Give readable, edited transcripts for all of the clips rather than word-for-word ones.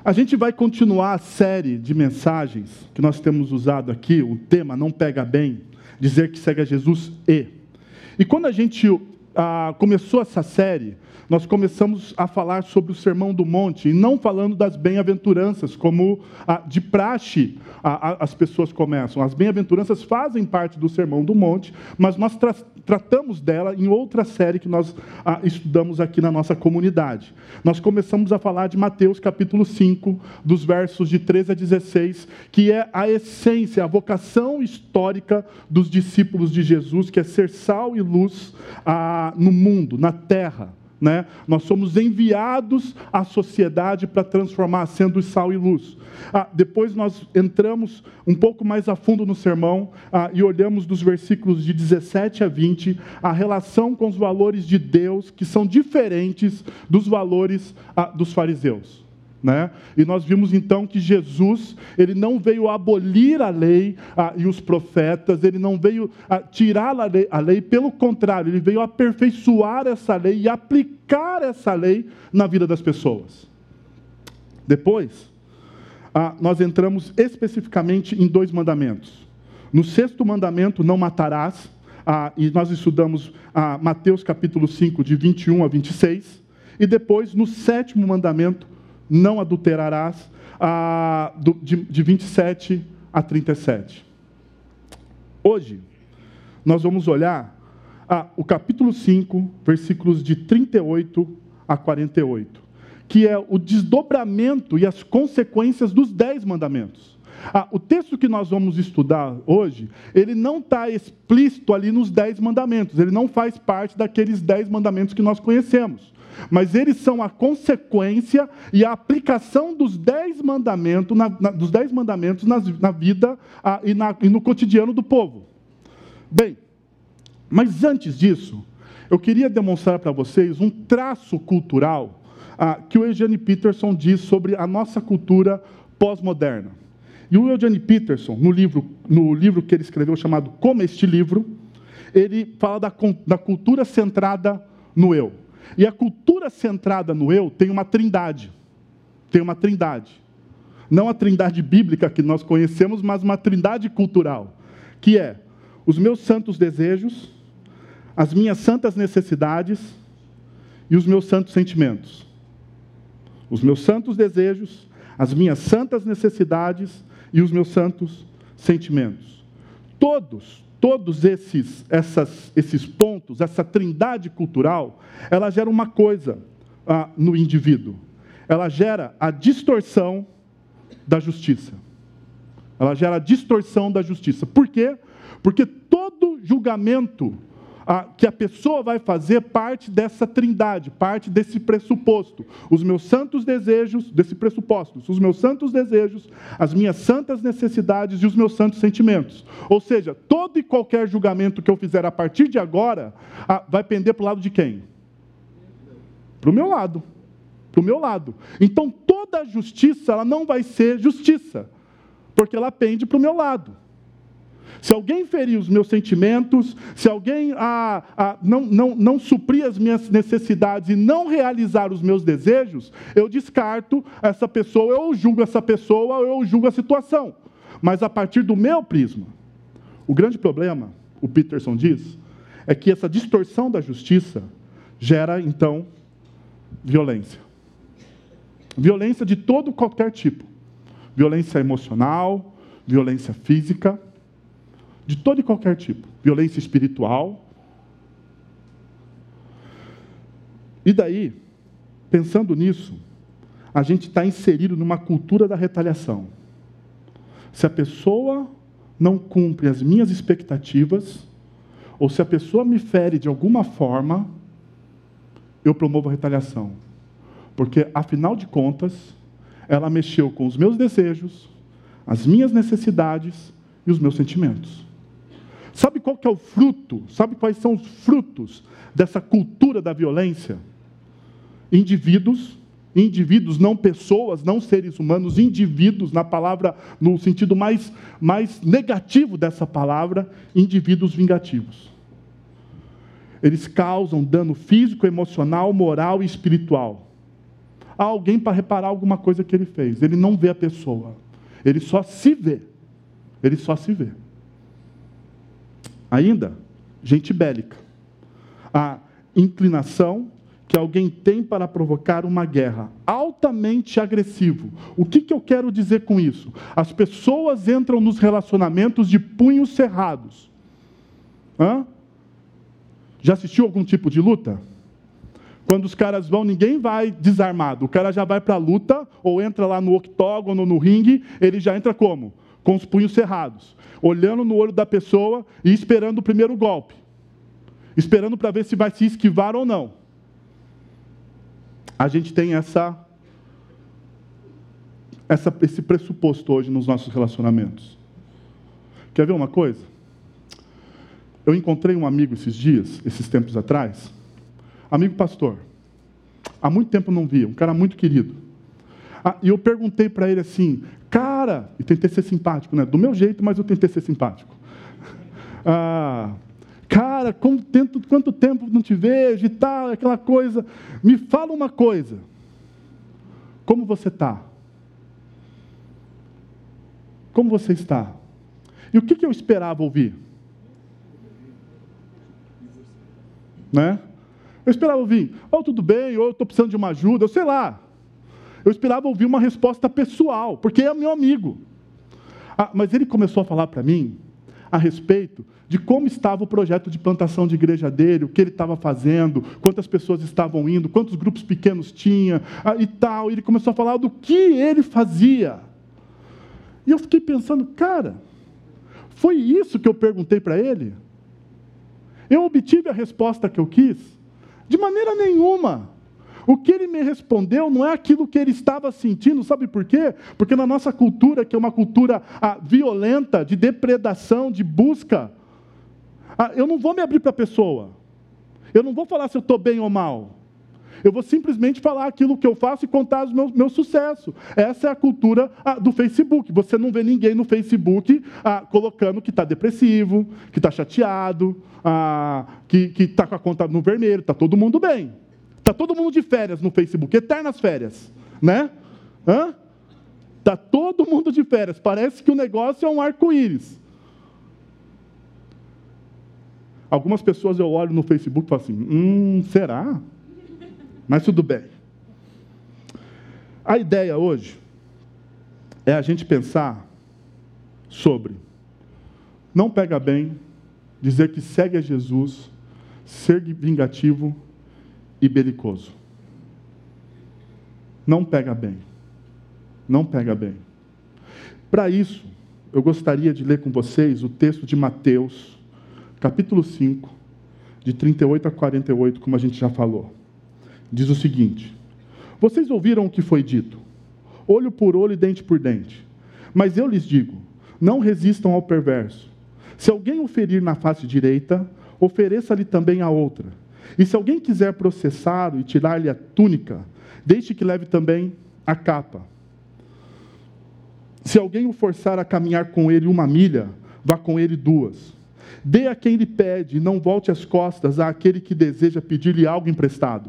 A gente vai continuar a série de mensagens que nós temos usado aqui, o tema Não Pega Bem, dizer que segue a Jesus E quando a gente começou essa série, nós começamos a falar sobre o Sermão do Monte, e não falando das bem-aventuranças, como de praxe as pessoas começam. As bem-aventuranças fazem parte do Sermão do Monte, mas nós tratamos dela em outra série que nós estudamos aqui na nossa comunidade. Nós começamos a falar de Mateus capítulo 5, dos versos de 13 a 16, que é a essência, a vocação histórica dos discípulos de Jesus, que é ser sal e luz no mundo, na terra. Nós somos enviados à sociedade para transformar, sendo sal e luz. Depois nós entramos um pouco mais a fundo no sermão e olhamos dos versículos de 17 a 20 a relação com os valores de Deus, que são diferentes dos valores dos fariseus. E nós vimos então que Jesus, ele não veio abolir a lei e os profetas, ele não veio tirar a lei, pelo contrário, ele veio aperfeiçoar essa lei e aplicar essa lei na vida das pessoas. Depois, nós entramos especificamente em 2 mandamentos. No 6º mandamento, não matarás, e nós estudamos Mateus capítulo 5, de 21 a 26, e depois, no 7º mandamento, não adulterarás, de 27 a 37. Hoje, nós vamos olhar o capítulo 5, versículos de 38 a 48, que é o desdobramento e as consequências dos 10 mandamentos. O texto que nós vamos estudar hoje, ele não está explícito ali nos 10 mandamentos, ele não faz parte daqueles 10 mandamentos que nós conhecemos. Mas eles são a consequência e a aplicação dos 10 mandamentos, na vida e no cotidiano do povo. Bem, mas antes disso, eu queria demonstrar para vocês um traço cultural que o Eugene Peterson diz sobre a nossa cultura pós-moderna. E o Eugene Peterson, no livro que ele escreveu chamado Como Este Livro, ele fala da cultura centrada no eu. E a cultura centrada no eu tem uma trindade. Não a trindade bíblica que nós conhecemos, mas uma trindade cultural, que é os meus santos desejos, as minhas santas necessidades e os meus santos sentimentos. Os meus santos desejos, as minhas santas necessidades e os meus santos sentimentos. Todos esses pontos, essa trindade cultural, ela gera uma coisa no indivíduo. Ela gera a distorção da justiça. Por quê? Porque todo julgamento que a pessoa vai fazer parte dessa trindade, parte desse pressuposto. Os meus santos desejos, desse pressuposto, os meus santos desejos, as minhas santas necessidades e os meus santos sentimentos. Ou seja, todo e qualquer julgamento que eu fizer a partir de agora, vai pender para o lado de quem? Para o meu lado. Então, toda a justiça, ela não vai ser justiça, porque ela pende para o meu lado. Se alguém ferir os meus sentimentos, se alguém não suprir as minhas necessidades e não realizar os meus desejos, eu descarto essa pessoa, eu julgo essa pessoa, eu julgo a situação. Mas a partir do meu prisma. O grande problema, o Peterson diz, é que essa distorção da justiça gera, então, violência. Violência de qualquer tipo. Violência emocional, violência física, de todo e qualquer tipo. Violência espiritual. E daí, pensando nisso, a gente está inserido numa cultura da retaliação. Se a pessoa não cumpre as minhas expectativas, ou se a pessoa me fere de alguma forma, eu promovo a retaliação. Porque, afinal de contas, ela mexeu com os meus desejos, as minhas necessidades e os meus sentimentos. Sabe qual que é o fruto? Sabe quais são os frutos dessa cultura da violência? Indivíduos, não pessoas, não seres humanos, indivíduos, na palavra, no sentido mais negativo dessa palavra, indivíduos vingativos. Eles causam dano físico, emocional, moral e espiritual a alguém para reparar alguma coisa que ele fez. Ele não vê a pessoa. Ele só se vê. Ele só se vê. Ainda, gente bélica. A inclinação que alguém tem para provocar uma guerra, altamente agressivo. O que eu quero dizer com isso? As pessoas entram nos relacionamentos de punhos cerrados. Já assistiu algum tipo de luta? Quando os caras vão, ninguém vai desarmado. O cara já vai para a luta, ou entra lá no octógono, no ringue, ele já entra como? Com os punhos cerrados. Olhando no olho da pessoa e esperando o primeiro golpe. Esperando para ver se vai se esquivar ou não. A gente tem esse pressuposto hoje nos nossos relacionamentos. Quer ver uma coisa? Eu encontrei um amigo esses tempos atrás, amigo pastor. Há muito tempo não via, um cara muito querido. E eu perguntei para ele assim, cara, e tentei ser simpático, né? Do meu jeito, mas eu tentei ser simpático. Cara, quanto tempo não te vejo e tal, aquela coisa. Me fala uma coisa. Como você está? Como você está? E o que eu esperava ouvir? Né? Eu esperava ouvir, tudo bem, ou eu estou precisando de uma ajuda, eu sei lá. Eu esperava ouvir uma resposta pessoal, porque é meu amigo. Mas ele começou a falar para mim a respeito de como estava o projeto de plantação de igreja dele, o que ele estava fazendo, quantas pessoas estavam indo, quantos grupos pequenos tinha, e tal. E ele começou a falar do que ele fazia. E eu fiquei pensando, cara, foi isso que eu perguntei para ele? Eu obtive a resposta que eu quis? De maneira nenhuma. O que ele me respondeu não é aquilo que ele estava sentindo, sabe por quê? Porque na nossa cultura, que é uma cultura violenta, de depredação, de busca, eu não vou me abrir para a pessoa. Eu não vou falar se eu estou bem ou mal. Eu vou simplesmente falar aquilo que eu faço e contar os meus sucessos. Essa é a cultura do Facebook. Você não vê ninguém no Facebook colocando que está depressivo, que está chateado, que está com a conta no vermelho. Está todo mundo bem. Está todo mundo de férias no Facebook, eternas férias, né? Está todo mundo de férias. Parece que o negócio é um arco-íris. Algumas pessoas eu olho no Facebook e falo assim, será? Mas tudo bem. A ideia hoje é a gente pensar sobre não pega bem dizer que segue a Jesus, ser vingativo e belicoso. Não pega bem. Não pega bem. Para isso, eu gostaria de ler com vocês o texto de Mateus, capítulo 5, de 38 a 48, como a gente já falou. Diz o seguinte: vocês ouviram o que foi dito, olho por olho e dente por dente. Mas eu lhes digo, não resistam ao perverso. Se alguém o ferir na face direita, ofereça-lhe também a outra. E se alguém quiser processá-lo e tirar-lhe a túnica, deixe que leve também a capa. Se alguém o forçar a caminhar com ele 1 milha, vá com ele 2. Dê a quem lhe pede e não volte as costas àquele que deseja pedir-lhe algo emprestado.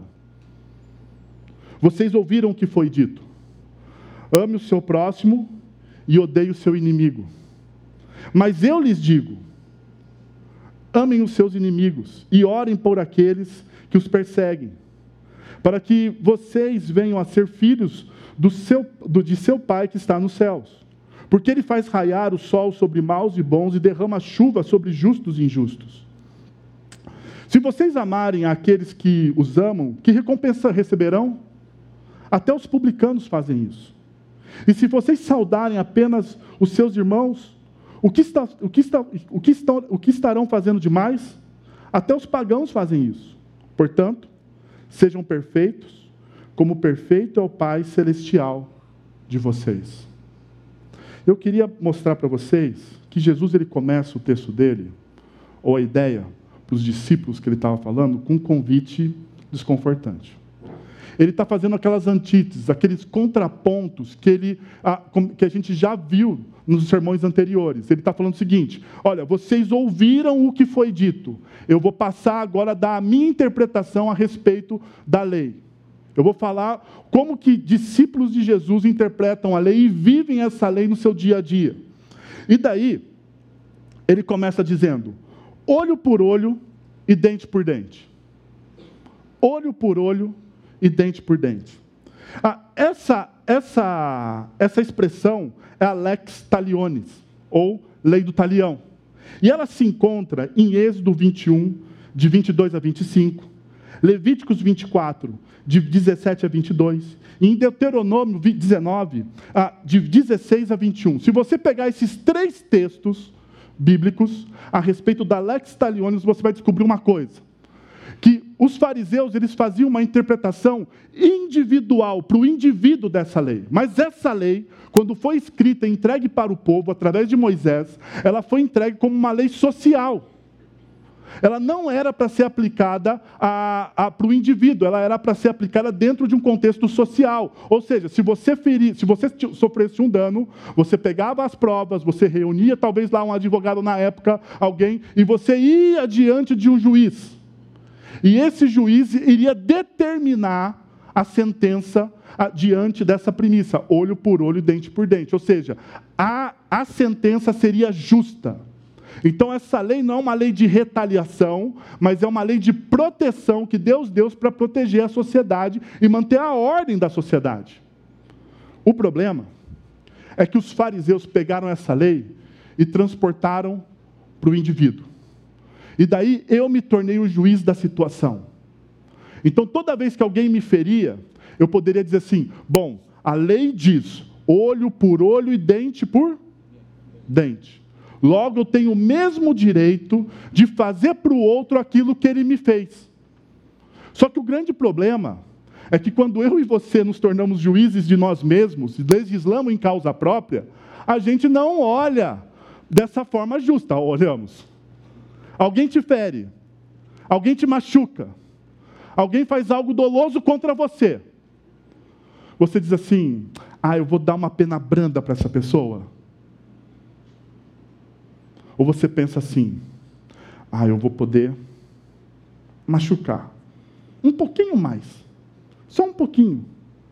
Vocês ouviram o que foi dito. Ame o seu próximo e odeie o seu inimigo. Mas eu lhes digo, amem os seus inimigos e orem por aqueles que os perseguem, para que vocês venham a ser filhos de seu Pai que está nos céus. Porque Ele faz raiar o sol sobre maus e bons e derrama chuva sobre justos e injustos. Se vocês amarem aqueles que os amam, que recompensa receberão? Até os publicanos fazem isso. E se vocês saudarem apenas os seus irmãos, o que estarão fazendo demais? Até os pagãos fazem isso. Portanto, sejam perfeitos, como perfeito é o Pai Celestial de vocês. Eu queria mostrar para vocês que Jesus ele começa o texto dele, ou a ideia para os discípulos que ele estava falando, com um convite desconfortante. Ele está fazendo aquelas antíteses, aqueles contrapontos que a gente já viu nos sermões anteriores. Ele está falando o seguinte: olha, vocês ouviram o que foi dito. Eu vou passar agora a dar a minha interpretação a respeito da lei. Eu vou falar como que discípulos de Jesus interpretam a lei e vivem essa lei no seu dia a dia. E daí, ele começa dizendo, olho por olho e dente por dente. Olho por olho e dente por dente. Essa expressão é a lex talionis, ou lei do talião. E ela se encontra em Êxodo 21, de 22 a 25, Levíticos 24, de 17 a 22, e em Deuteronômio 19, de 16 a 21. Se você pegar esses 3 textos bíblicos a respeito da lex talionis, você vai descobrir uma coisa, que os fariseus eles faziam uma interpretação individual para o indivíduo dessa lei. Mas essa lei, quando foi escrita e entregue para o povo, através de Moisés, ela foi entregue como uma lei social. Ela não era para ser aplicada para o indivíduo, ela era para ser aplicada dentro de um contexto social. Ou seja, se você sofresse um dano, você pegava as provas, você reunia talvez lá um advogado na época, alguém, e você ia diante de um juiz. E esse juiz iria determinar a sentença diante dessa premissa, olho por olho, dente por dente. Ou seja, a sentença seria justa. Então, essa lei não é uma lei de retaliação, mas é uma lei de proteção que Deus deu para proteger a sociedade e manter a ordem da sociedade. O problema é que os fariseus pegaram essa lei e transportaram para o indivíduo. E daí eu me tornei o juiz da situação. Então, toda vez que alguém me feria, eu poderia dizer assim, bom, a lei diz olho por olho e dente por dente. Logo, eu tenho o mesmo direito de fazer para o outro aquilo que ele me fez. Só que o grande problema é que quando eu e você nos tornamos juízes de nós mesmos, legislamos em causa própria, a gente não olha dessa forma justa, olhamos. Alguém te fere, alguém te machuca, alguém faz algo doloso contra você. Você diz assim, eu vou dar uma pena branda para essa pessoa. Ou você pensa assim, eu vou poder machucar um pouquinho mais, só um pouquinho.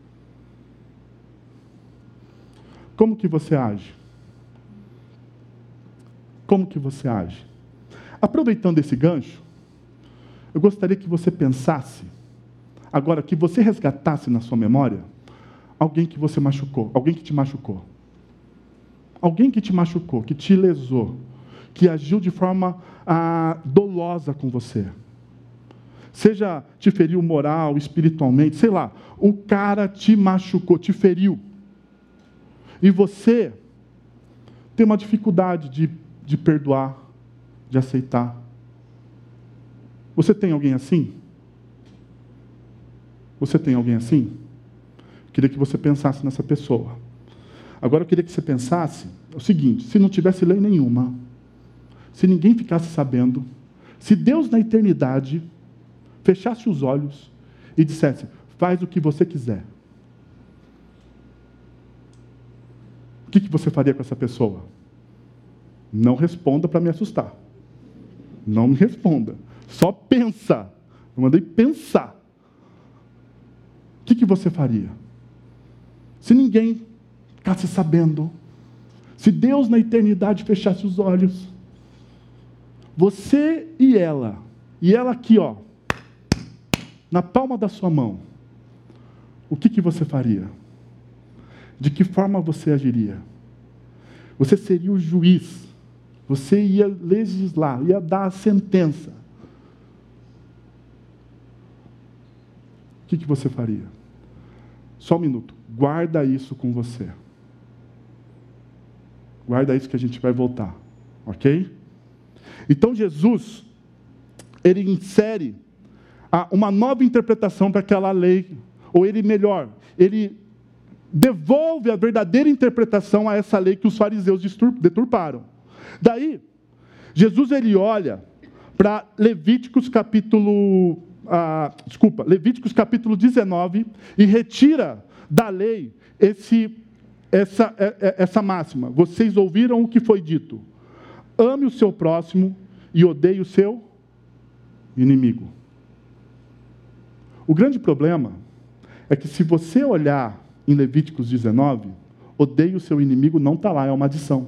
Como que você age? Como que você age? Aproveitando esse gancho, eu gostaria que você pensasse, agora que você resgatasse na sua memória, alguém que você machucou, alguém que te machucou. Alguém que te machucou, que te lesou, que agiu de forma dolosa com você. Seja te feriu moral, espiritualmente, sei lá, o cara te machucou, te feriu. E você tem uma dificuldade de perdoar, de aceitar. Você tem alguém assim? Você tem alguém assim? Queria que você pensasse nessa pessoa. Agora eu queria que você pensasse o seguinte, se não tivesse lei nenhuma, se ninguém ficasse sabendo, se Deus na eternidade fechasse os olhos e dissesse, faz o que você quiser. O que você faria com essa pessoa? Não responda para me assustar. Não me responda. Só pensa. Eu mandei pensar. O que você faria? Se ninguém ficasse sabendo, se Deus na eternidade fechasse os olhos, você e ela aqui, na palma da sua mão, o que você faria? De que forma você agiria? Você seria o juiz, você ia legislar, ia dar a sentença. O que você faria? Só um minuto, guarda isso com você. Guarda isso que a gente vai voltar, ok? Então Jesus, ele insere uma nova interpretação para aquela lei, ou ele devolve a verdadeira interpretação a essa lei que os fariseus deturparam. Daí, Jesus ele olha para Levíticos capítulo 19 e retira da lei essa máxima. Vocês ouviram o que foi dito. Ame o seu próximo e odeie o seu inimigo. O grande problema é que se você olhar em Levíticos 19, odeie o seu inimigo, não está lá, é uma adição.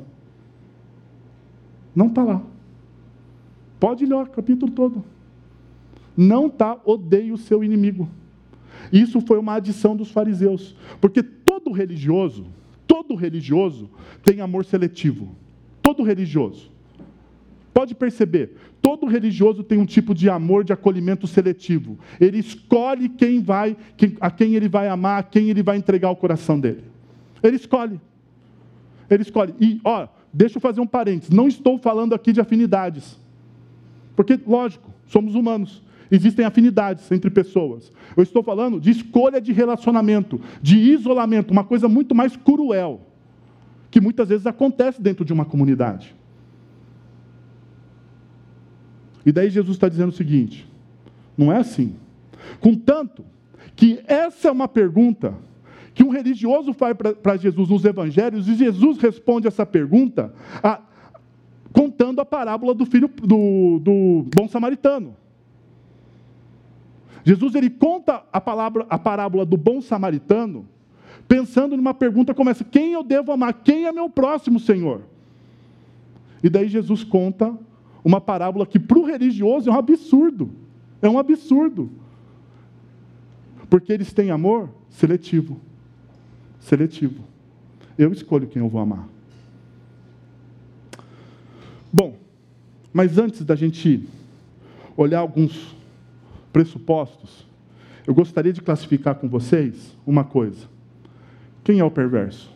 Não está lá. Pode ler o capítulo todo. Não está, odeie o seu inimigo. Isso foi uma adição dos fariseus. Porque todo religioso tem amor seletivo. Todo religioso. Pode perceber, todo religioso tem um tipo de amor, de acolhimento seletivo. Ele escolhe a quem ele vai amar, a quem ele vai entregar o coração dele. Ele escolhe. E, deixa eu fazer um parênteses. Não estou falando aqui de afinidades. Porque, lógico, somos humanos. Existem afinidades entre pessoas. Eu estou falando de escolha de relacionamento, de isolamento, uma coisa muito mais cruel, que muitas vezes acontece dentro de uma comunidade. E daí Jesus está dizendo o seguinte, não é assim. Contanto que essa é uma pergunta que um religioso faz para Jesus nos evangelhos, e Jesus responde essa pergunta contando a parábola do filho do bom samaritano. Jesus ele conta a parábola do bom samaritano, pensando numa pergunta como essa: quem eu devo amar? Quem é meu próximo, Senhor? E daí Jesus conta uma parábola que para o religioso é um absurdo. É um absurdo. Porque eles têm amor seletivo. Seletivo. Eu escolho quem eu vou amar. Bom, mas antes da gente olhar alguns pressupostos, eu gostaria de classificar com vocês uma coisa. Quem é o perverso?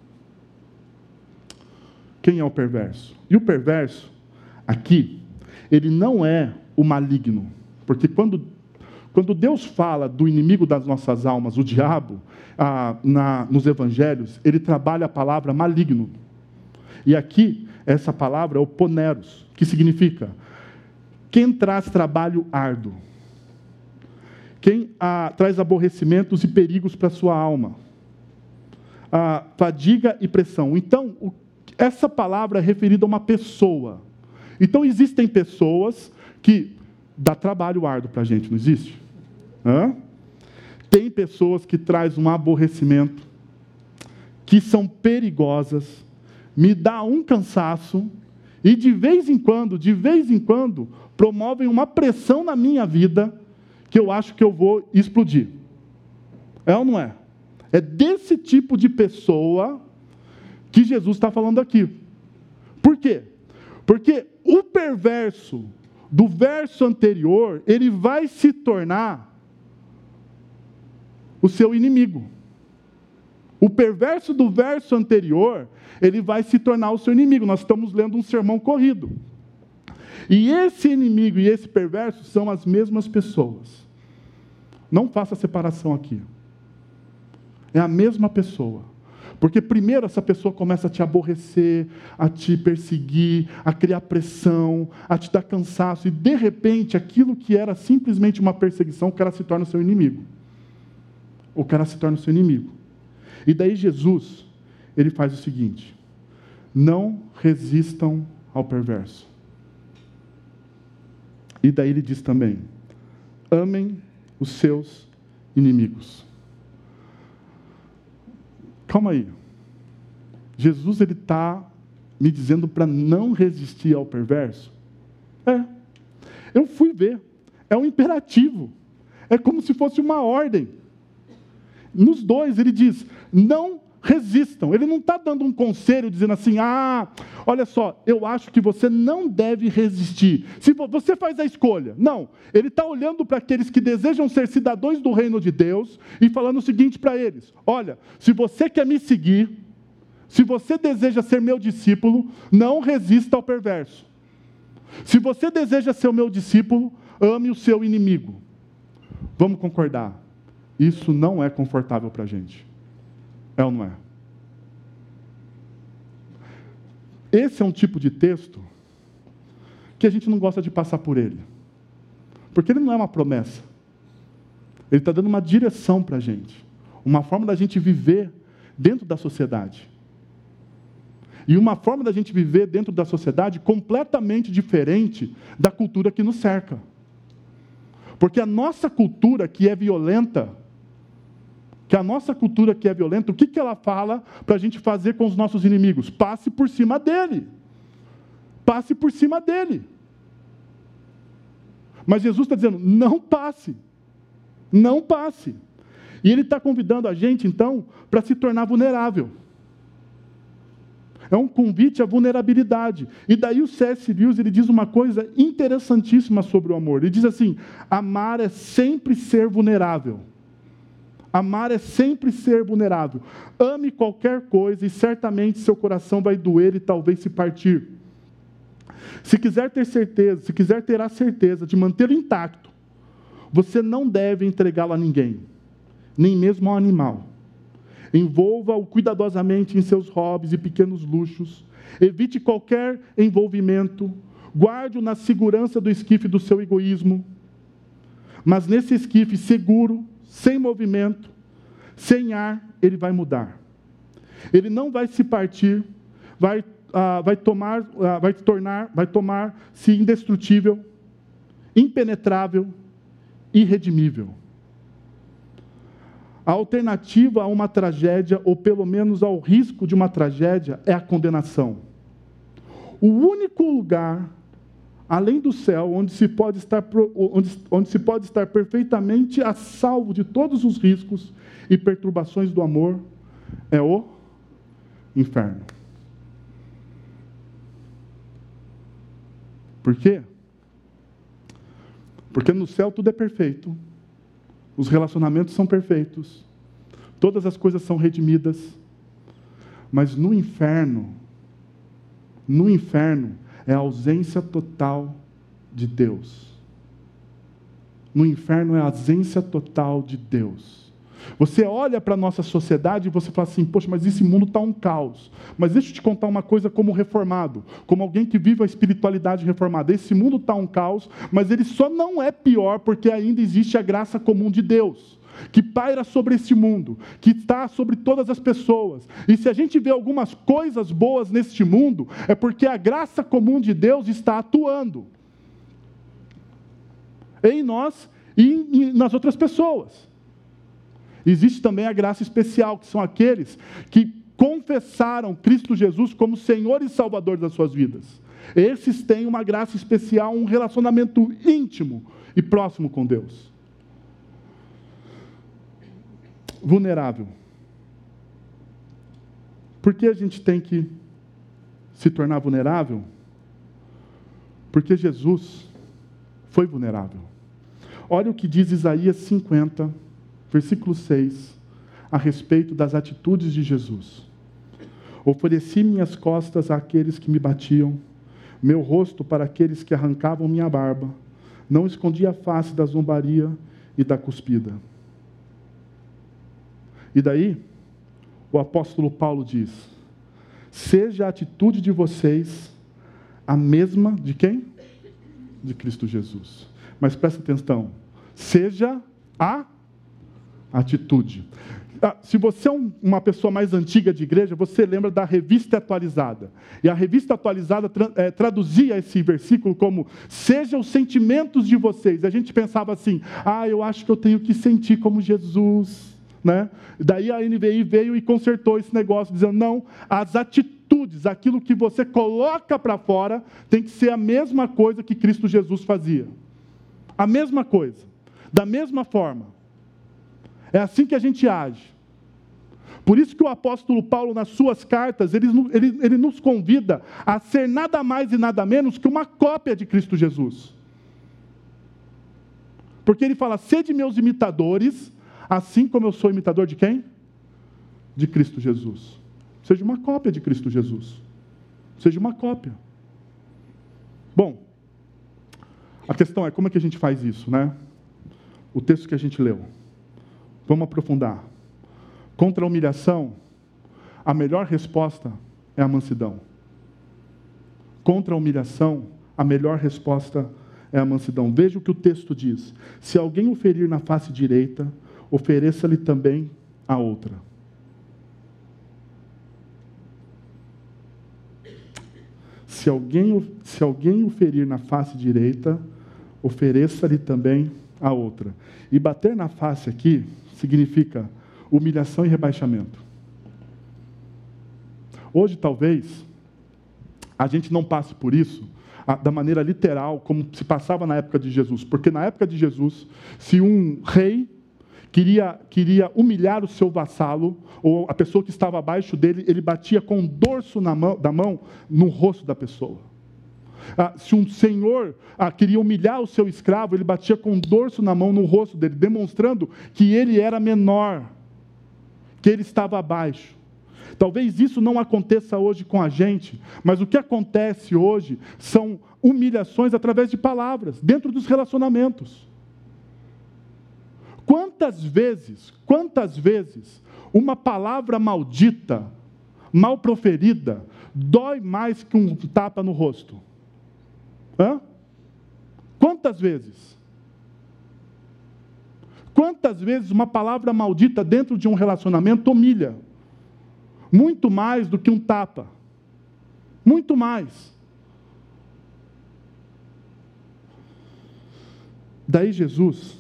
Quem é o perverso? E o perverso, aqui, ele não é o maligno. Porque quando Deus fala do inimigo das nossas almas, o diabo, nos evangelhos, ele trabalha a palavra maligno. E aqui, essa palavra é o poneros, que significa quem traz trabalho árduo. Quem traz aborrecimentos e perigos para a sua alma. Fadiga e pressão. Então, essa palavra é referida a uma pessoa. Então, existem pessoas que dá trabalho árduo para a gente, não existe? Tem pessoas que trazem um aborrecimento, que são perigosas, me dá um cansaço, e de vez em quando, promovem uma pressão na minha vida, que eu acho que eu vou explodir. É ou não é? É desse tipo de pessoa que Jesus está falando aqui. Por quê? Porque o perverso do verso anterior, ele vai se tornar o seu inimigo. O perverso do verso anterior, ele vai se tornar o seu inimigo. Nós estamos lendo um sermão corrido. E esse inimigo e esse perverso são as mesmas pessoas. Não faça separação aqui. É a mesma pessoa. Porque primeiro essa pessoa começa a te aborrecer, a te perseguir, a criar pressão, a te dar cansaço. E de repente, aquilo que era simplesmente uma perseguição, o cara se torna o seu inimigo. O cara se torna o seu inimigo. E daí Jesus, ele faz o seguinte: não resistam ao perverso. E daí ele diz também: amem os seus inimigos. Calma aí. Jesus ele está me dizendo para não resistir ao perverso? Eu fui ver. É um imperativo. É como se fosse uma ordem. Nos dois ele diz: não resistam. Ele não está dando um conselho dizendo assim: olha só, eu acho que você não deve resistir. Se você faz a escolha. Não. Ele está olhando para aqueles que desejam ser cidadãos do reino de Deus e falando o seguinte para eles: olha, se você quer me seguir, se você deseja ser meu discípulo, não resista ao perverso. Se você deseja ser o meu discípulo, ame o seu inimigo. Vamos concordar. Isso não é confortável para a gente. É ou não é? Esse é um tipo de texto que a gente não gosta de passar por ele. Porque ele não é uma promessa. Ele está dando uma direção para a gente. Uma forma da gente viver dentro da sociedade. E uma forma da gente viver dentro da sociedade completamente diferente da cultura que nos cerca. Porque a nossa cultura, que é violenta, que a nossa cultura que é violenta, o que ela fala para a gente fazer com os nossos inimigos? Passe por cima dele. Passe por cima dele. Mas Jesus está dizendo, não passe. Não passe. E Ele está convidando a gente, então, para se tornar vulnerável. É um convite à vulnerabilidade. E daí o C.S. Lewis, ele diz uma coisa interessantíssima sobre o amor. Ele diz assim, amar é sempre ser vulnerável. Amar é sempre ser vulnerável. Ame qualquer coisa e certamente seu coração vai doer e talvez se partir. Se quiser ter a certeza de mantê-lo intacto, você não deve entregá-lo a ninguém, nem mesmo ao animal. Envolva-o cuidadosamente em seus hobbies e pequenos luxos. Evite qualquer envolvimento. Guarde-o na segurança do esquife do seu egoísmo. Mas nesse esquife seguro, sem movimento, sem ar, ele vai mudar. Ele não vai se partir, vai tornar-se indestrutível, impenetrável, irredimível. A alternativa a uma tragédia, ou pelo menos ao risco de uma tragédia, é a condenação. O único lugar, além do céu, onde se pode estar perfeitamente a salvo de todos os riscos e perturbações do amor, é o inferno. Por quê? Porque no céu tudo é perfeito. Os relacionamentos são perfeitos. Todas as coisas são redimidas. Mas no inferno é a ausência total de Deus. No inferno é a ausência total de Deus. Você olha para a nossa sociedade e você fala assim, poxa, mas esse mundo está um caos. Mas deixa eu te contar uma coisa como reformado, como alguém que vive a espiritualidade reformada. Esse mundo está um caos, mas ele só não é pior porque ainda existe a graça comum de Deus, que paira sobre esse mundo, que está sobre todas as pessoas. E se a gente vê algumas coisas boas neste mundo, é porque a graça comum de Deus está atuando em nós e nas outras pessoas. Existe também a graça especial, que são aqueles que confessaram Cristo Jesus como Senhor e Salvador das suas vidas. Esses têm uma graça especial, um relacionamento íntimo e próximo com Deus. Vulnerável. Por que a gente tem que se tornar vulnerável? Porque Jesus foi vulnerável. Olha o que diz Isaías 50, versículo 6, a respeito das atitudes de Jesus. Ofereci minhas costas àqueles que me batiam, meu rosto para aqueles que arrancavam minha barba. Não escondi a face da zombaria e da cuspida. E daí, o apóstolo Paulo diz, seja a atitude de vocês a mesma de quem? De Cristo Jesus. Mas presta atenção, seja a atitude. Se você é uma pessoa mais antiga de igreja, você lembra da Revista Atualizada. E a Revista Atualizada traduzia esse versículo como, sejam os sentimentos de vocês. A gente pensava assim, eu acho que eu tenho que sentir como Jesus. Né? Daí a NVI veio e consertou esse negócio, dizendo, não, as atitudes, aquilo que você coloca para fora, tem que ser a mesma coisa que Cristo Jesus fazia. A mesma coisa. Da mesma forma. É assim que a gente age. Por isso que o apóstolo Paulo, nas suas cartas, ele nos convida a ser nada mais e nada menos que uma cópia de Cristo Jesus. Porque ele fala, sede meus imitadores, assim como eu sou imitador de quem? De Cristo Jesus. Seja uma cópia de Cristo Jesus. Seja uma cópia. Bom, a questão é como é que a gente faz isso, né? O texto que a gente leu. Vamos aprofundar. Contra a humilhação, a melhor resposta é a mansidão. Contra a humilhação, a melhor resposta é a mansidão. Veja o que o texto diz. Se alguém o ferir na face direita, ofereça-lhe também a outra. Se alguém o ferir na face direita, ofereça-lhe também a outra. E bater na face aqui significa humilhação e rebaixamento. Hoje, talvez, a gente não passe por isso da maneira literal, como se passava na época de Jesus. Porque na época de Jesus, se um rei queria humilhar o seu vassalo, ou a pessoa que estava abaixo dele, ele batia com o dorso da mão no rosto da pessoa. Se um senhor queria humilhar o seu escravo, ele batia com o dorso na mão no rosto dele, demonstrando que ele era menor, que ele estava abaixo. Talvez isso não aconteça hoje com a gente, mas o que acontece hoje são humilhações através de palavras, dentro dos relacionamentos. Quantas vezes, uma palavra maldita, mal proferida, dói mais que um tapa no rosto? Quantas vezes? Quantas vezes uma palavra maldita dentro de um relacionamento humilha? Muito mais do que um tapa. Muito mais. Daí Jesus,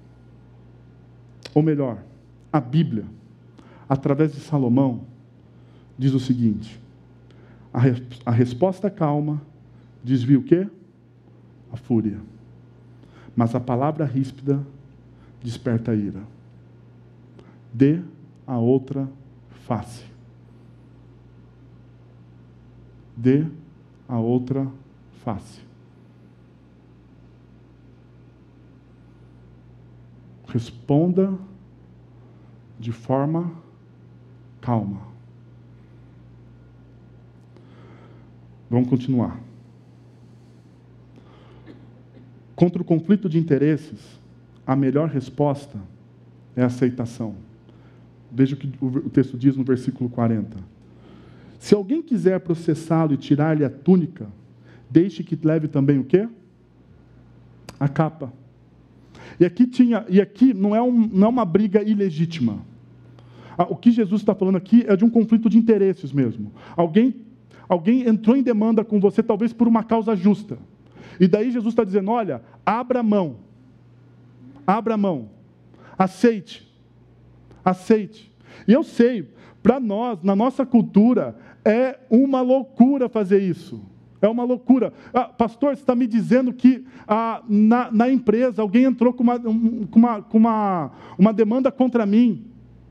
ou melhor, a Bíblia, através de Salomão, diz o seguinte: a resposta calma desvia o quê? A fúria. Mas a palavra ríspida desperta a ira. Dê a outra face. Dê a outra face. Responda de forma calma. Vamos continuar. Contra o conflito de interesses, a melhor resposta é a aceitação. Veja o que o texto diz no versículo 40. Se alguém quiser processá-lo e tirar-lhe a túnica, deixe que leve também o quê? A capa. E aqui não é uma briga ilegítima. O que Jesus está falando aqui é de um conflito de interesses mesmo. Alguém entrou em demanda com você, talvez por uma causa justa. E daí Jesus está dizendo, olha, abra mão, aceite. E eu sei, para nós, na nossa cultura, é uma loucura fazer isso. É uma loucura. Pastor, você está me dizendo que na empresa alguém entrou com uma demanda contra mim,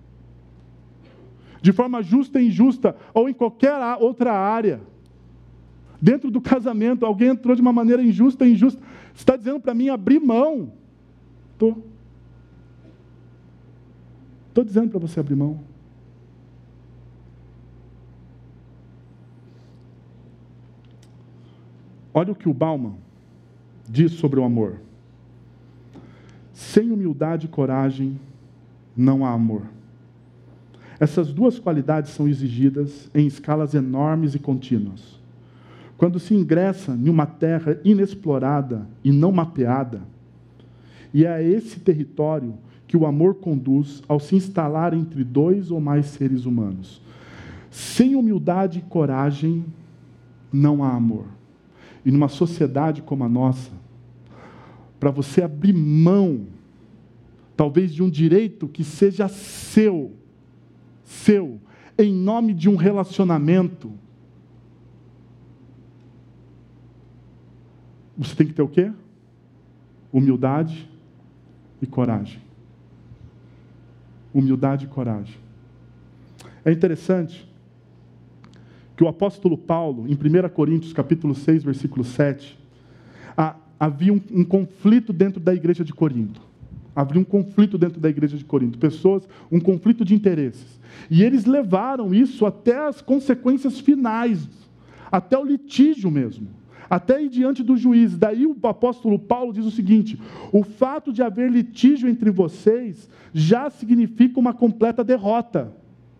de forma justa e injusta, ou em qualquer outra área. Dentro do casamento, alguém entrou de uma maneira injusta. Você está dizendo para mim abrir mão? Estou dizendo para você abrir mão. Olha o que o Bauman diz sobre o amor. Sem humildade e coragem, não há amor. Essas duas qualidades são exigidas em escalas enormes e contínuas. Quando se ingressa em uma terra inexplorada e não mapeada, e é a esse território que o amor conduz ao se instalar entre dois ou mais seres humanos. Sem humildade e coragem, não há amor. E numa sociedade como a nossa, para você abrir mão, talvez de um direito que seja seu, em nome de um relacionamento, você tem que ter o quê? Humildade e coragem. Humildade e coragem. É interessante que o apóstolo Paulo, em 1 Coríntios, capítulo 6, versículo 7, havia um conflito dentro da igreja de Corinto. Havia um conflito dentro da igreja de Corinto. Um conflito de interesses. E eles levaram isso até as consequências finais, até o litígio mesmo. Até ir diante do juiz. Daí o apóstolo Paulo diz o seguinte: o fato de haver litígio entre vocês já significa uma completa derrota.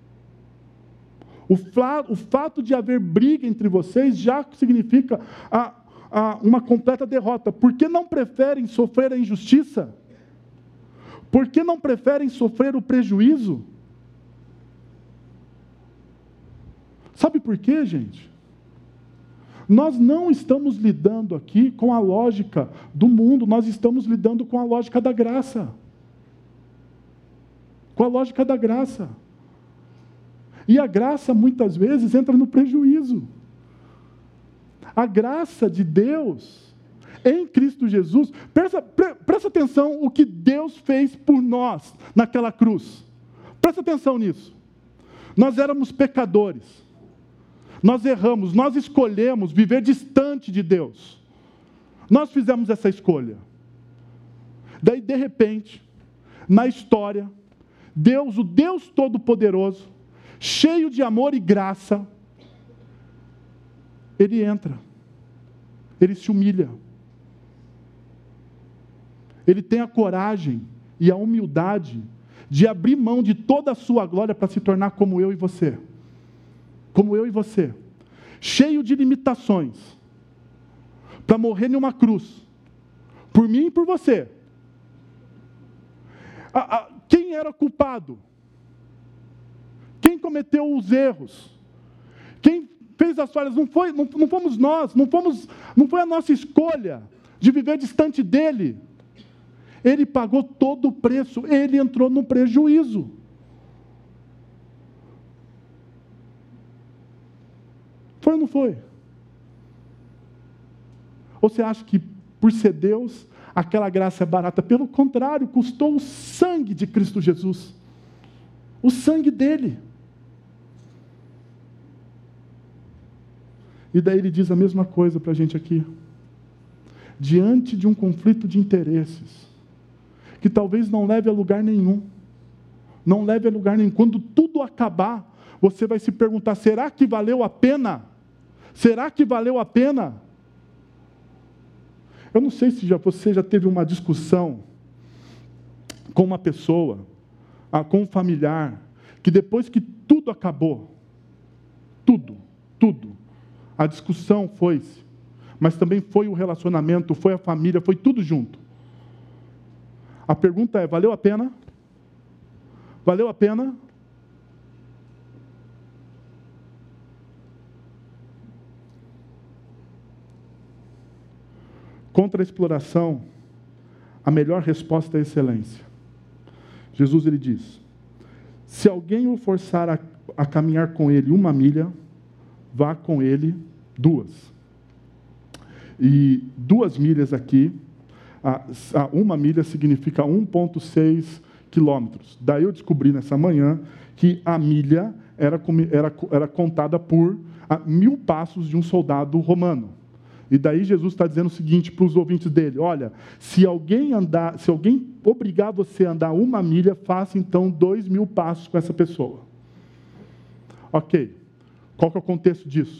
O fato de haver briga entre vocês já significa uma completa derrota. Por que não preferem sofrer a injustiça? Por que não preferem sofrer o prejuízo? Sabe por quê, gente? Nós não estamos lidando aqui com a lógica do mundo, nós estamos lidando com a lógica da graça. com a lógica da graça. E a graça, muitas vezes, entra no prejuízo. A graça de Deus, em Cristo Jesus, presta atenção o que Deus fez por nós naquela cruz. Presta atenção nisso. Nós éramos pecadores. Nós erramos, nós escolhemos viver distante de Deus. Nós fizemos essa escolha. Daí, de repente, na história, Deus, o Deus Todo-Poderoso, cheio de amor e graça, Ele entra. Ele se humilha. Ele tem a coragem e a humildade de abrir mão de toda a sua glória para se tornar como eu e você. Como eu e você. Cheio de limitações. Para morrer em uma cruz. Por mim e por você. Quem era culpado? Quem cometeu os erros? Quem fez as falhas? Não fomos nós. Não foi a nossa escolha de viver distante dele. Ele pagou todo o preço. Ele entrou no prejuízo. Foi ou não foi? Ou você acha que por ser Deus, aquela graça é barata? Pelo contrário, custou o sangue de Cristo Jesus. O sangue dele. E daí ele diz a mesma coisa para a gente aqui. Diante de um conflito de interesses, que talvez não leve a lugar nenhum. Não leve a lugar nenhum. Quando tudo acabar, você vai se perguntar, será que valeu a pena? Será que valeu a pena? Eu não sei se você já teve uma discussão com uma pessoa, com um familiar, que depois que tudo acabou, tudo, a discussão foi-se, mas também foi o relacionamento, foi a família, foi tudo junto. A pergunta é, valeu a pena? Valeu a pena? Contra a exploração, a melhor resposta é a excelência. Jesus, ele diz, se alguém o forçar a caminhar com ele 1 milha, vá com ele 2. E 2 milhas aqui, 1 milha significa 1,6 quilômetros. Daí eu descobri nessa manhã que a milha era contada por 1.000 passos de um soldado romano. E daí Jesus está dizendo o seguinte para os ouvintes dele, olha, se alguém obrigar você a andar 1 milha, faça então 2.000 passos com essa pessoa. Ok, qual que é o contexto disso?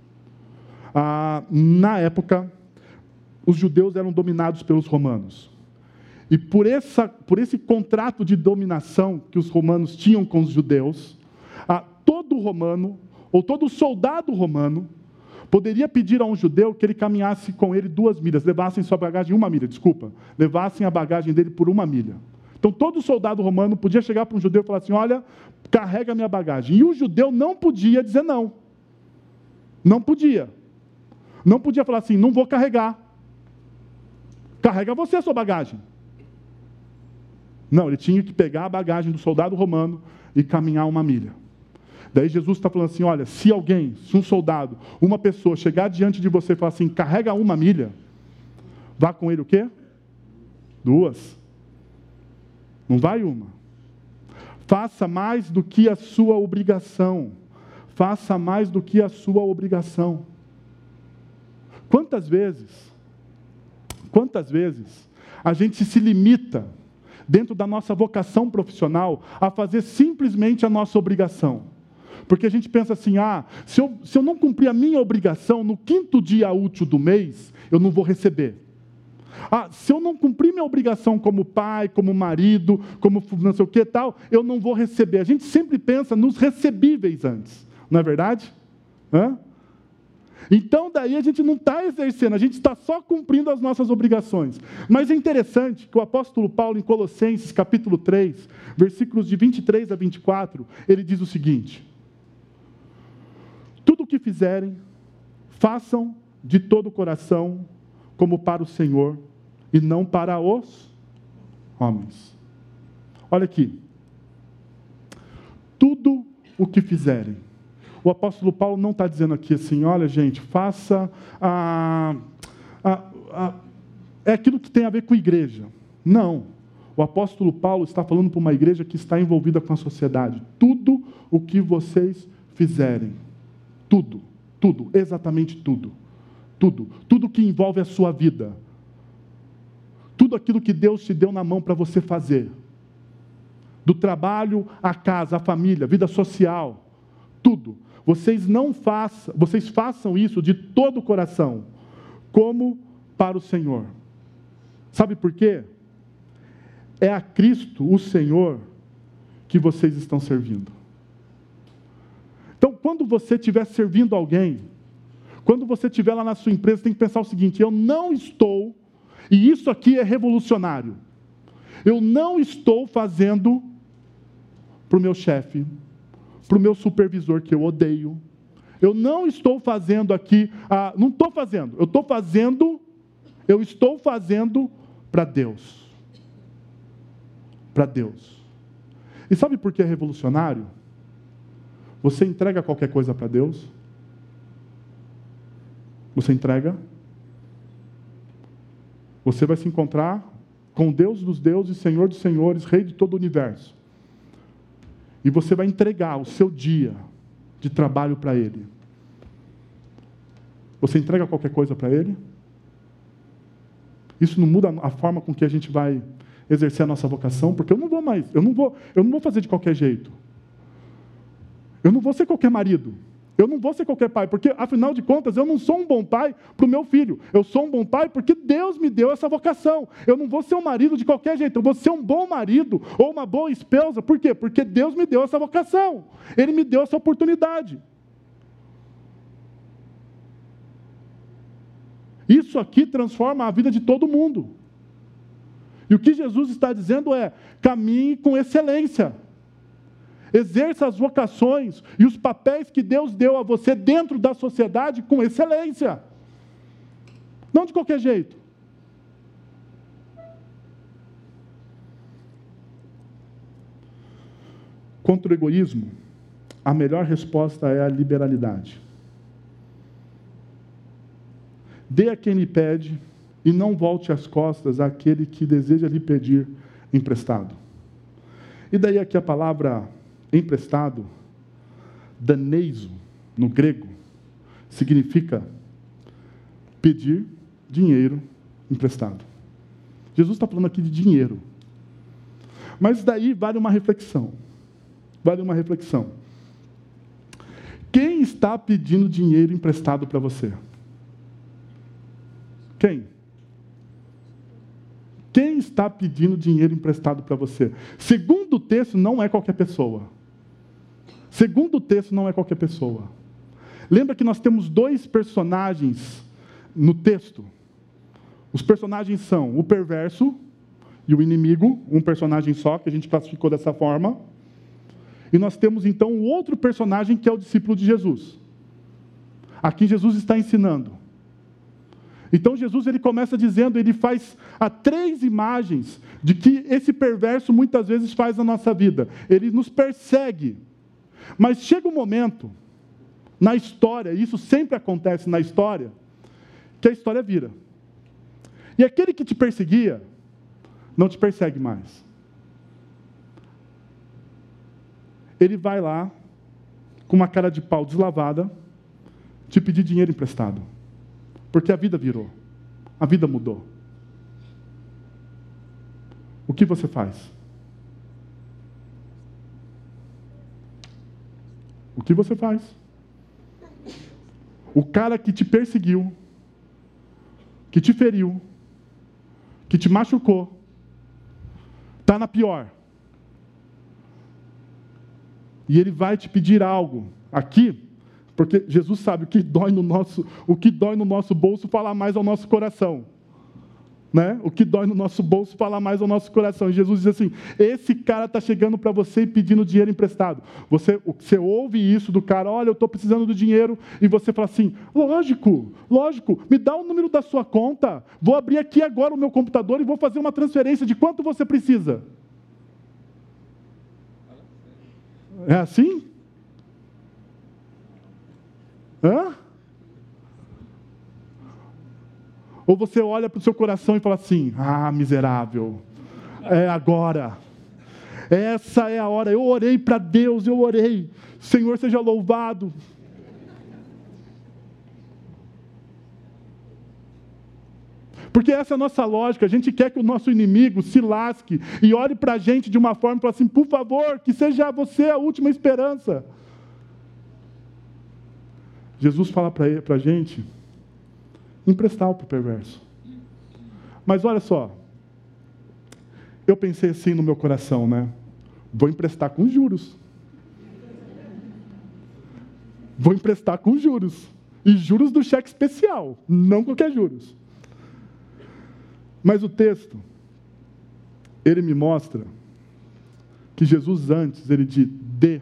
Na época, os judeus eram dominados pelos romanos. E por esse contrato de dominação que os romanos tinham com os judeus, todo romano, ou todo soldado romano, poderia pedir a um judeu que ele caminhasse com ele 2 milhas, levassem sua bagagem 1 milha, levassem a bagagem dele por 1 milha. Então, todo soldado romano podia chegar para um judeu e falar assim, olha, carrega a minha bagagem. E o judeu não podia dizer não. Não podia. Não podia falar assim, não vou carregar. Carrega você a sua bagagem. Não, ele tinha que pegar a bagagem do soldado romano e caminhar 1 milha. Daí Jesus está falando assim, olha, se um soldado, uma pessoa chegar diante de você e falar assim, carrega 1 milha, vá com ele o quê? 2. Não vai 1. Faça mais do que a sua obrigação. Faça mais do que a sua obrigação. Quantas vezes a gente se limita, dentro da nossa vocação profissional, a fazer simplesmente a nossa obrigação? Porque a gente pensa assim, se eu não cumprir a minha obrigação no 5º dia útil do mês, eu não vou receber. Se eu não cumprir minha obrigação como pai, como marido, como não sei o que tal, eu não vou receber. A gente sempre pensa nos recebíveis antes, não é verdade? Então, daí a gente não está exercendo, a gente está só cumprindo as nossas obrigações. Mas é interessante que o apóstolo Paulo, em Colossenses, capítulo 3, versículos de 23 a 24, ele diz o seguinte, tudo o que fizerem, façam de todo o coração, como para o Senhor, e não para os homens. Olha aqui. tudo o que fizerem. O apóstolo Paulo não está dizendo aqui assim, olha gente, faça é aquilo que tem a ver com a igreja. Não. O apóstolo Paulo está falando para uma igreja que está envolvida com a sociedade. Tudo o que vocês fizerem. Tudo. Tudo. Exatamente tudo. Tudo. Tudo que envolve a sua vida. Tudo aquilo que Deus te deu na mão para você fazer. Do trabalho, à casa, à família, vida social. Tudo. Vocês façam isso de todo o coração. Como para o Senhor. Sabe por quê? É a Cristo, o Senhor, que vocês estão servindo. Então, quando você estiver servindo alguém, quando você estiver lá na sua empresa, tem que pensar o seguinte, eu não estou, e isso aqui é revolucionário, eu não estou fazendo para o meu chefe, para o meu supervisor que eu odeio, eu não estou fazendo aqui, não estou fazendo, eu estou fazendo para Deus. Para Deus. E sabe por que é revolucionário? Você entrega qualquer coisa para Deus? Você entrega? Você vai se encontrar com Deus dos deuses, Senhor dos senhores, Rei de todo o universo. E você vai entregar o seu dia de trabalho para Ele. Você entrega qualquer coisa para Ele? Isso não muda a forma com que a gente vai exercer a nossa vocação, porque eu não vou fazer de qualquer jeito. Eu não vou ser qualquer marido. Eu não vou ser qualquer pai, porque, afinal de contas, eu não sou um bom pai para o meu filho. Eu sou um bom pai porque Deus me deu essa vocação. Eu não vou ser um marido de qualquer jeito. Eu vou ser um bom marido ou uma boa esposa. Por quê? Porque Deus me deu essa vocação. Ele me deu essa oportunidade. Isso aqui transforma a vida de todo mundo. E o que Jesus está dizendo é, caminhe com excelência. Exerça as vocações e os papéis que Deus deu a você dentro da sociedade com excelência. Não de qualquer jeito. Contra o egoísmo, a melhor resposta é a liberalidade. Dê a quem lhe pede e não volte as costas àquele que deseja lhe pedir emprestado. E daí aqui a palavra emprestado, daneizo, no grego, significa pedir dinheiro emprestado. Jesus está falando aqui de dinheiro. Mas daí vale uma reflexão. Vale uma reflexão. Quem está pedindo dinheiro emprestado para você? Quem? Quem está pedindo dinheiro emprestado para você? Segundo o texto, não é qualquer pessoa. Segundo o texto, não é qualquer pessoa. Lembra que nós temos dois personagens no texto? Os personagens são o perverso e o inimigo, um personagem só, que a gente classificou dessa forma. E nós temos então um outro personagem que é o discípulo de Jesus. Aqui Jesus está ensinando. Então Jesus ele começa dizendo, ele faz 3 imagens de que esse perverso muitas vezes faz na nossa vida. Ele nos persegue. Mas chega um momento, na história, e isso sempre acontece na história, que a história vira. E aquele que te perseguia, não te persegue mais. Ele vai lá, com uma cara de pau deslavada, te pedir dinheiro emprestado. Porque a vida virou. A vida mudou. O que você faz? O que você faz? O cara que te perseguiu, que te feriu, que te machucou, está na pior. E ele vai te pedir algo aqui, porque Jesus sabe o que dói no nosso bolso fala mais ao nosso coração. Né? O que dói no nosso bolso fala mais ao nosso coração. E Jesus diz assim, esse cara está chegando para você e pedindo dinheiro emprestado. Você ouve isso do cara, olha, eu estou precisando do dinheiro, e você fala assim, lógico, me dá o número da sua conta, vou abrir aqui agora o meu computador e vou fazer uma transferência de quanto você precisa. É assim? Hã? Ou você olha para o seu coração e fala assim: ah, miserável, é agora. Essa é a hora. Eu orei para Deus, eu orei. Senhor, seja louvado. Porque essa é a nossa lógica. A gente quer que o nosso inimigo se lasque e olhe para a gente de uma forma e fale assim: por favor, que seja você a última esperança. Jesus fala para a gente emprestar para o perverso. Mas olha só, eu pensei assim no meu coração, né? Vou emprestar com juros. Vou emprestar com juros. E juros do cheque especial, não qualquer juros. Mas o texto, ele me mostra que Jesus antes, ele diz: dê.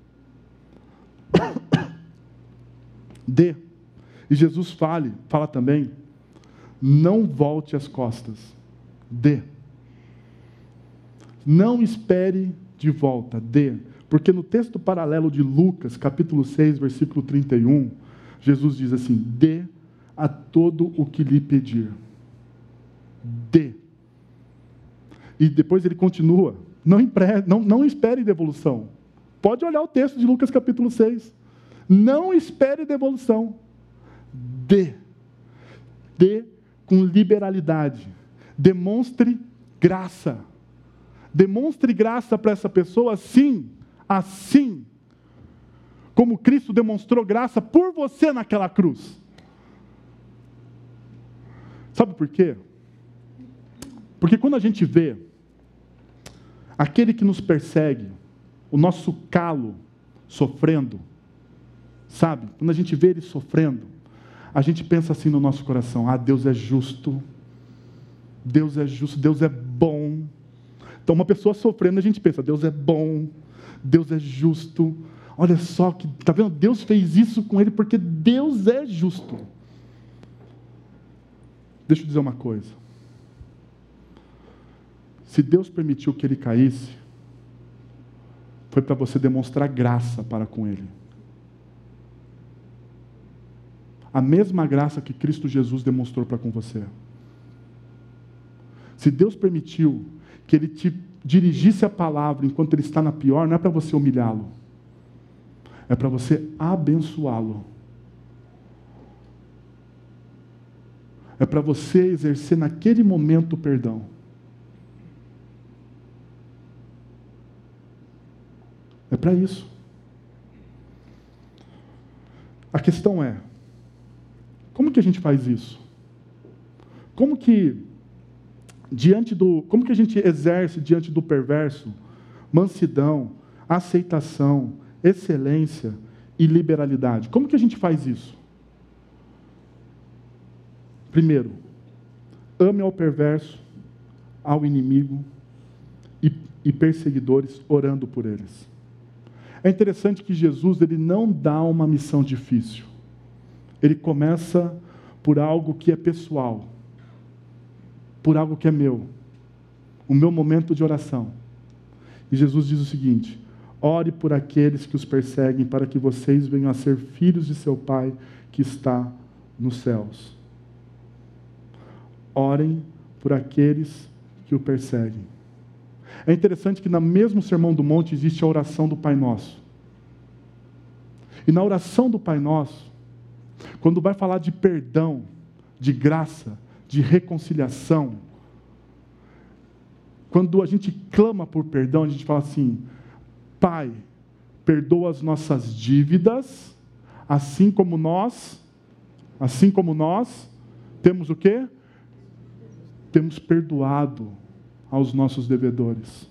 Dê. E Jesus fala também: não volte as costas. Dê. Não espere de volta, dê. Porque no texto paralelo de Lucas, capítulo 6, versículo 31, Jesus diz assim: dê a todo o que lhe pedir. Dê. E depois ele continua: não espere devolução. Pode olhar o texto de Lucas capítulo 6. Não espere devolução. Dê. Dê com liberalidade. Demonstre graça. Demonstre graça para essa pessoa assim como Cristo demonstrou graça por você naquela cruz. Sabe por quê? Porque quando a gente vê aquele que nos persegue, o nosso calo sofrendo, sabe? Quando a gente vê ele sofrendo, a gente pensa assim no nosso coração: ah, Deus é justo, Deus é justo, Deus é bom. Então uma pessoa sofrendo, a gente pensa: Deus é bom, Deus é justo. Olha só, está vendo? Deus fez isso com ele porque Deus é justo. Deixa eu dizer uma coisa. Se Deus permitiu que ele caísse, foi para você demonstrar graça para com ele. A mesma graça que Cristo Jesus demonstrou para com você. Se Deus permitiu que ele te dirigisse a palavra enquanto ele está na pior, não é para você humilhá-lo. É para você abençoá-lo. É para você exercer naquele momento o perdão. É para isso. A questão é: como que a gente faz isso? Como que a gente exerce diante do perverso mansidão, aceitação, excelência e liberalidade? Como que a gente faz isso? Primeiro, ame ao perverso, ao inimigo e perseguidores, orando por eles. É interessante que Jesus, ele não dá uma missão difícil. Ele começa por algo que é pessoal, por algo que é meu, o meu momento de oração. E Jesus diz o seguinte: ore por aqueles que os perseguem, para que vocês venham a ser filhos de seu Pai que está nos céus. Orem por aqueles que o perseguem. É interessante que no mesmo Sermão do Monte existe a oração do Pai Nosso. E na oração do Pai Nosso, quando vai falar de perdão, de graça, de reconciliação, quando a gente clama por perdão, a gente fala assim: Pai, perdoa as nossas dívidas, assim como nós temos o quê? Temos perdoado aos nossos devedores.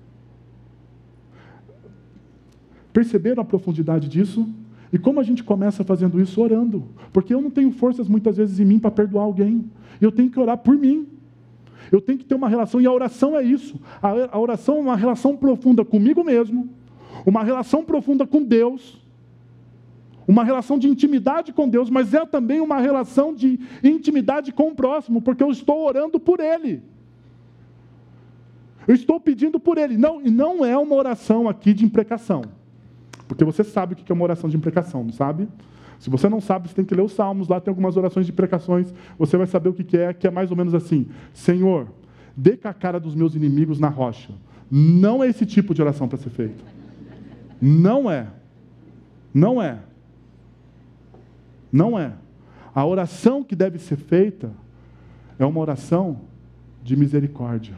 Perceberam a profundidade disso? E como a gente começa fazendo isso? Orando. Porque eu não tenho forças muitas vezes em mim para perdoar alguém. Eu tenho que orar por mim. Eu tenho que ter uma relação, e a oração é isso. A oração é uma relação profunda comigo mesmo, uma relação profunda com Deus, uma relação de intimidade com Deus, mas é também uma relação de intimidade com o próximo, porque eu estou orando por ele. Eu estou pedindo por ele. Não, e não é uma oração aqui de imprecação. Porque você sabe o que é uma oração de imprecação, não sabe? Se você não sabe, você tem que ler os Salmos, lá tem algumas orações de imprecações, você vai saber o que é mais ou menos assim: Senhor, dê com a cara dos meus inimigos na rocha. Não é esse tipo de oração para ser feito. Não é. Não é. Não é. A oração que deve ser feita é uma oração de misericórdia.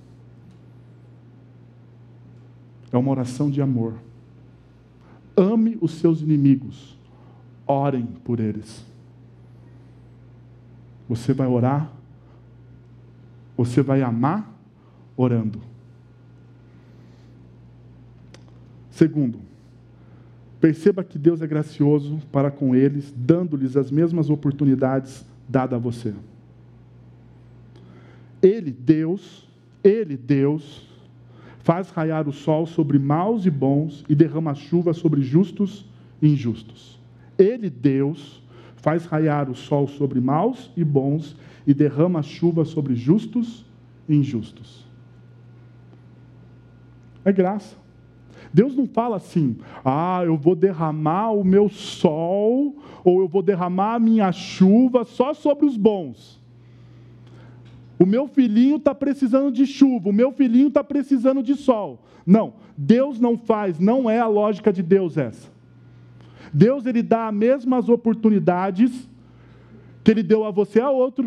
É uma oração de amor. Ame os seus inimigos. Orem por eles. Você vai orar. Você vai amar orando. Segundo, perceba que Deus é gracioso para com eles, dando-lhes as mesmas oportunidades dadas a você. Ele, Deus, faz raiar o sol sobre maus e bons e derrama chuva sobre justos e injustos. Ele, Deus, faz raiar o sol sobre maus e bons e derrama chuva sobre justos e injustos. É graça. Deus não fala assim: eu vou derramar o meu sol, ou eu vou derramar a minha chuva só sobre os bons. O meu filhinho está precisando de chuva, o meu filhinho está precisando de sol. Não, Deus não faz, não é a lógica de Deus essa. Deus, Ele dá as mesmas oportunidades que Ele deu a você a outro.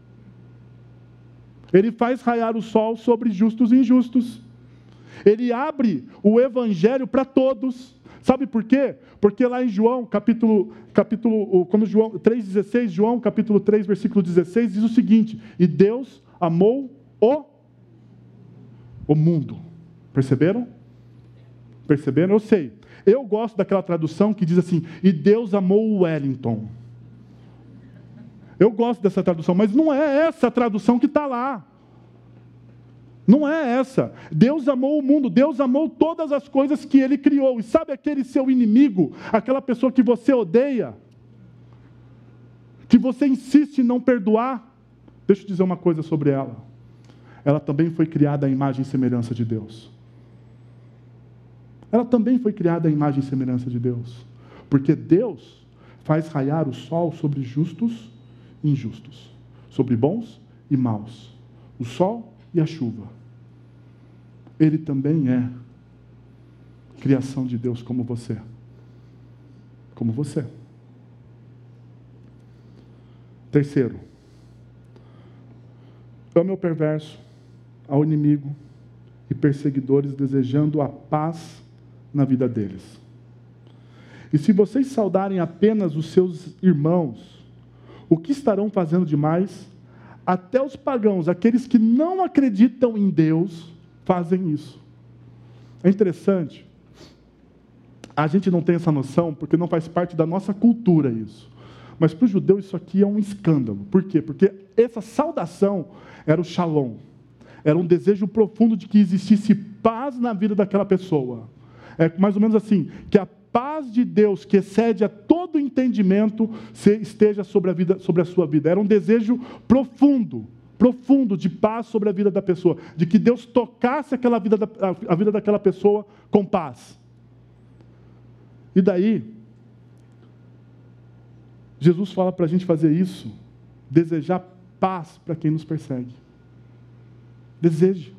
Ele faz raiar o sol sobre justos e injustos. Ele abre o evangelho para todos. Sabe por quê? Porque lá em João, quando João 3,16, João capítulo 3, versículo 16, diz o seguinte: e Deus amou o mundo. Perceberam? Perceberam? Eu sei. Eu gosto daquela tradução que diz assim: e Deus amou o Wellington. Eu gosto dessa tradução, mas não é essa a tradução que está lá. Não é essa. Deus amou o mundo, Deus amou todas as coisas que Ele criou. E sabe aquele seu inimigo, aquela pessoa que você odeia, que você insiste em não perdoar? Deixa eu dizer uma coisa sobre ela. Ela também foi criada à imagem e semelhança de Deus. Ela também foi criada à imagem e semelhança de Deus. Porque Deus faz raiar o sol sobre justos e injustos, sobre bons e maus. O sol e a chuva. Ele também é criação de Deus como você. Como você. Terceiro, ame ao perverso, ao inimigo e perseguidores, desejando a paz na vida deles. E se vocês saudarem apenas os seus irmãos, o que estarão fazendo demais? Até os pagãos, aqueles que não acreditam em Deus, fazem isso. É interessante. A gente não tem essa noção porque não faz parte da nossa cultura isso. Mas para o judeu isso aqui é um escândalo. Por quê? Porque essa saudação era o shalom. Era um desejo profundo de que existisse paz na vida daquela pessoa. É mais ou menos assim, que a paz de Deus, que excede a todo entendimento, esteja sobre a sua vida. Era um desejo profundo de paz sobre a vida da pessoa, de que Deus tocasse a vida daquela pessoa com paz. E daí, Jesus fala para a gente fazer isso, desejar paz para quem nos persegue. Deseje.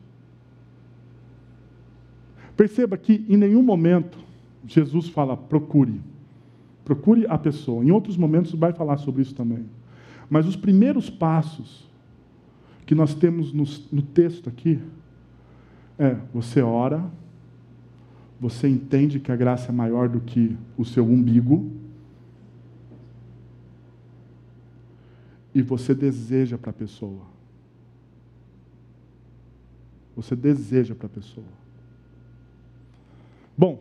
Perceba que em nenhum momento Jesus fala procure a pessoa. Em outros momentos vai falar sobre isso também. Mas os primeiros passos que nós temos no texto aqui você ora, você entende que a graça é maior do que o seu umbigo e você deseja para a pessoa. Você deseja para a pessoa. Bom,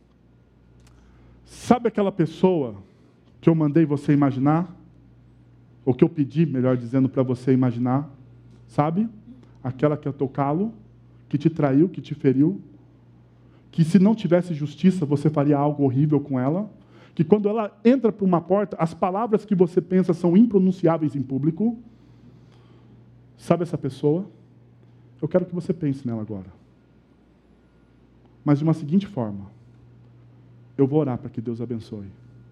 sabe aquela pessoa que eu mandei você imaginar? Ou que eu pedi, melhor dizendo, para você imaginar? Sabe? Aquela que é teu calo, que te traiu, que te feriu, que se não tivesse justiça, você faria algo horrível com ela, que quando ela entra por uma porta, as palavras que você pensa são impronunciáveis em público. Sabe essa pessoa? Eu quero que você pense nela agora. Mas de uma seguinte forma: eu vou orar para que Deus abençoe.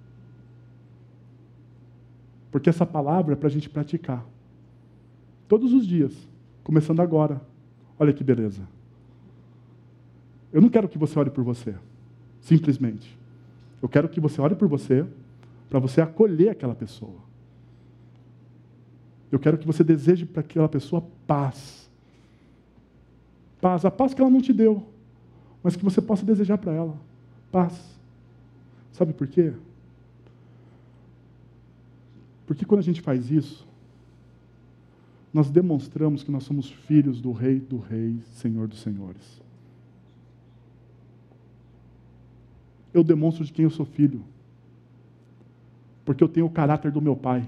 Porque essa palavra é para a gente praticar. Todos os dias, começando agora. Olha que beleza. Eu não quero que você ore por você, simplesmente. Eu quero que você ore por você, para você acolher aquela pessoa. Eu quero que você deseje para aquela pessoa paz. Paz, a paz que ela não te deu, mas que você possa desejar para ela. Paz. Sabe por quê? Porque quando a gente faz isso, nós demonstramos que nós somos filhos do Rei dos Reis, Senhor dos Senhores. Eu demonstro de quem eu sou filho, porque eu tenho o caráter do meu pai.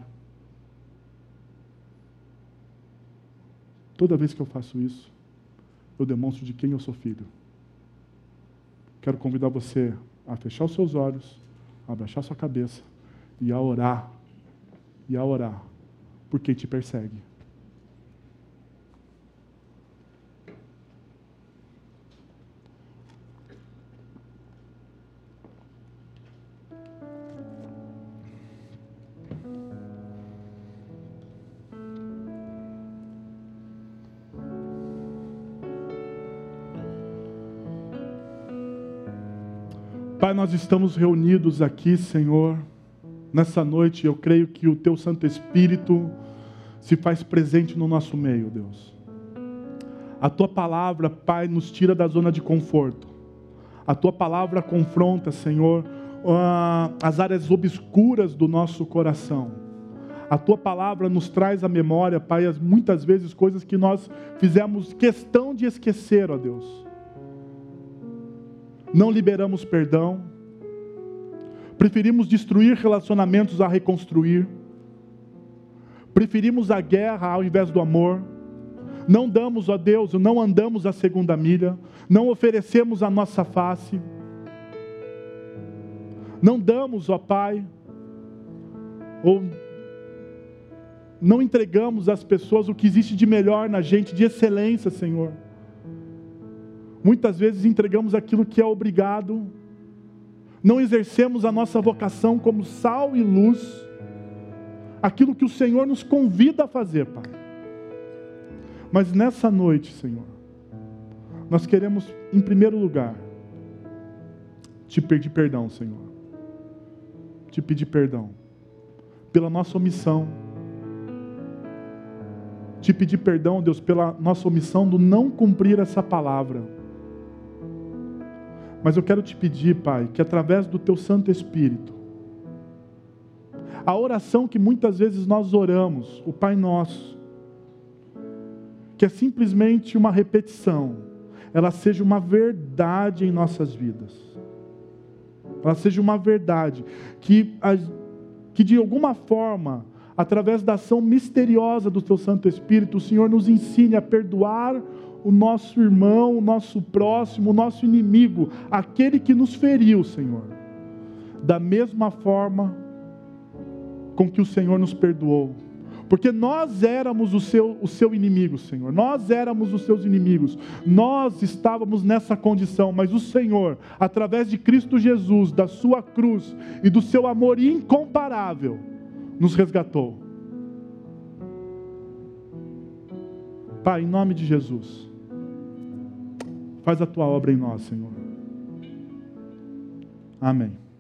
Toda vez que eu faço isso, eu demonstro de quem eu sou filho. Quero convidar você a fechar os seus olhos, a abaixar sua cabeça e a orar por quem te persegue. Pai, nós estamos reunidos aqui, Senhor, nessa noite. Eu creio que o Teu Santo Espírito se faz presente no nosso meio, Deus. A Tua palavra, Pai, nos tira da zona de conforto. A Tua palavra confronta, Senhor, as áreas obscuras do nosso coração. A Tua palavra nos traz à memória, Pai, muitas vezes coisas que nós fizemos questão de esquecer, ó Deus. Não liberamos perdão, preferimos destruir relacionamentos a reconstruir, preferimos a guerra ao invés do amor, não damos, ó Deus, não andamos a segunda milha, não oferecemos a nossa face, não damos, ó Pai, ou não entregamos às pessoas o que existe de melhor na gente, de excelência, Senhor. Muitas vezes entregamos aquilo que é obrigado, não exercemos a nossa vocação como sal e luz, aquilo que o Senhor nos convida a fazer, Pai. Mas nessa noite, Senhor, nós queremos, em primeiro lugar, te pedir perdão, Senhor. Te pedir perdão pela nossa omissão. Te pedir perdão, Deus, pela nossa omissão do não cumprir essa palavra. Mas eu quero te pedir, Pai, que através do Teu Santo Espírito, a oração que muitas vezes nós oramos, o Pai Nosso, que é simplesmente uma repetição, ela seja uma verdade em nossas vidas. Ela seja uma verdade, que de alguma forma, através da ação misteriosa do Teu Santo Espírito, o Senhor nos ensine a perdoar o nosso irmão, o nosso próximo, o nosso inimigo, aquele que nos feriu, Senhor, da mesma forma com que o Senhor nos perdoou. Porque nós éramos o seu inimigo, Senhor. Nós éramos os seus inimigos. Nós estávamos nessa condição, mas o Senhor, através de Cristo Jesus, da sua cruz e do seu amor incomparável, nos resgatou. Pai, em nome de Jesus, faz a tua obra em nós, Senhor. Amém.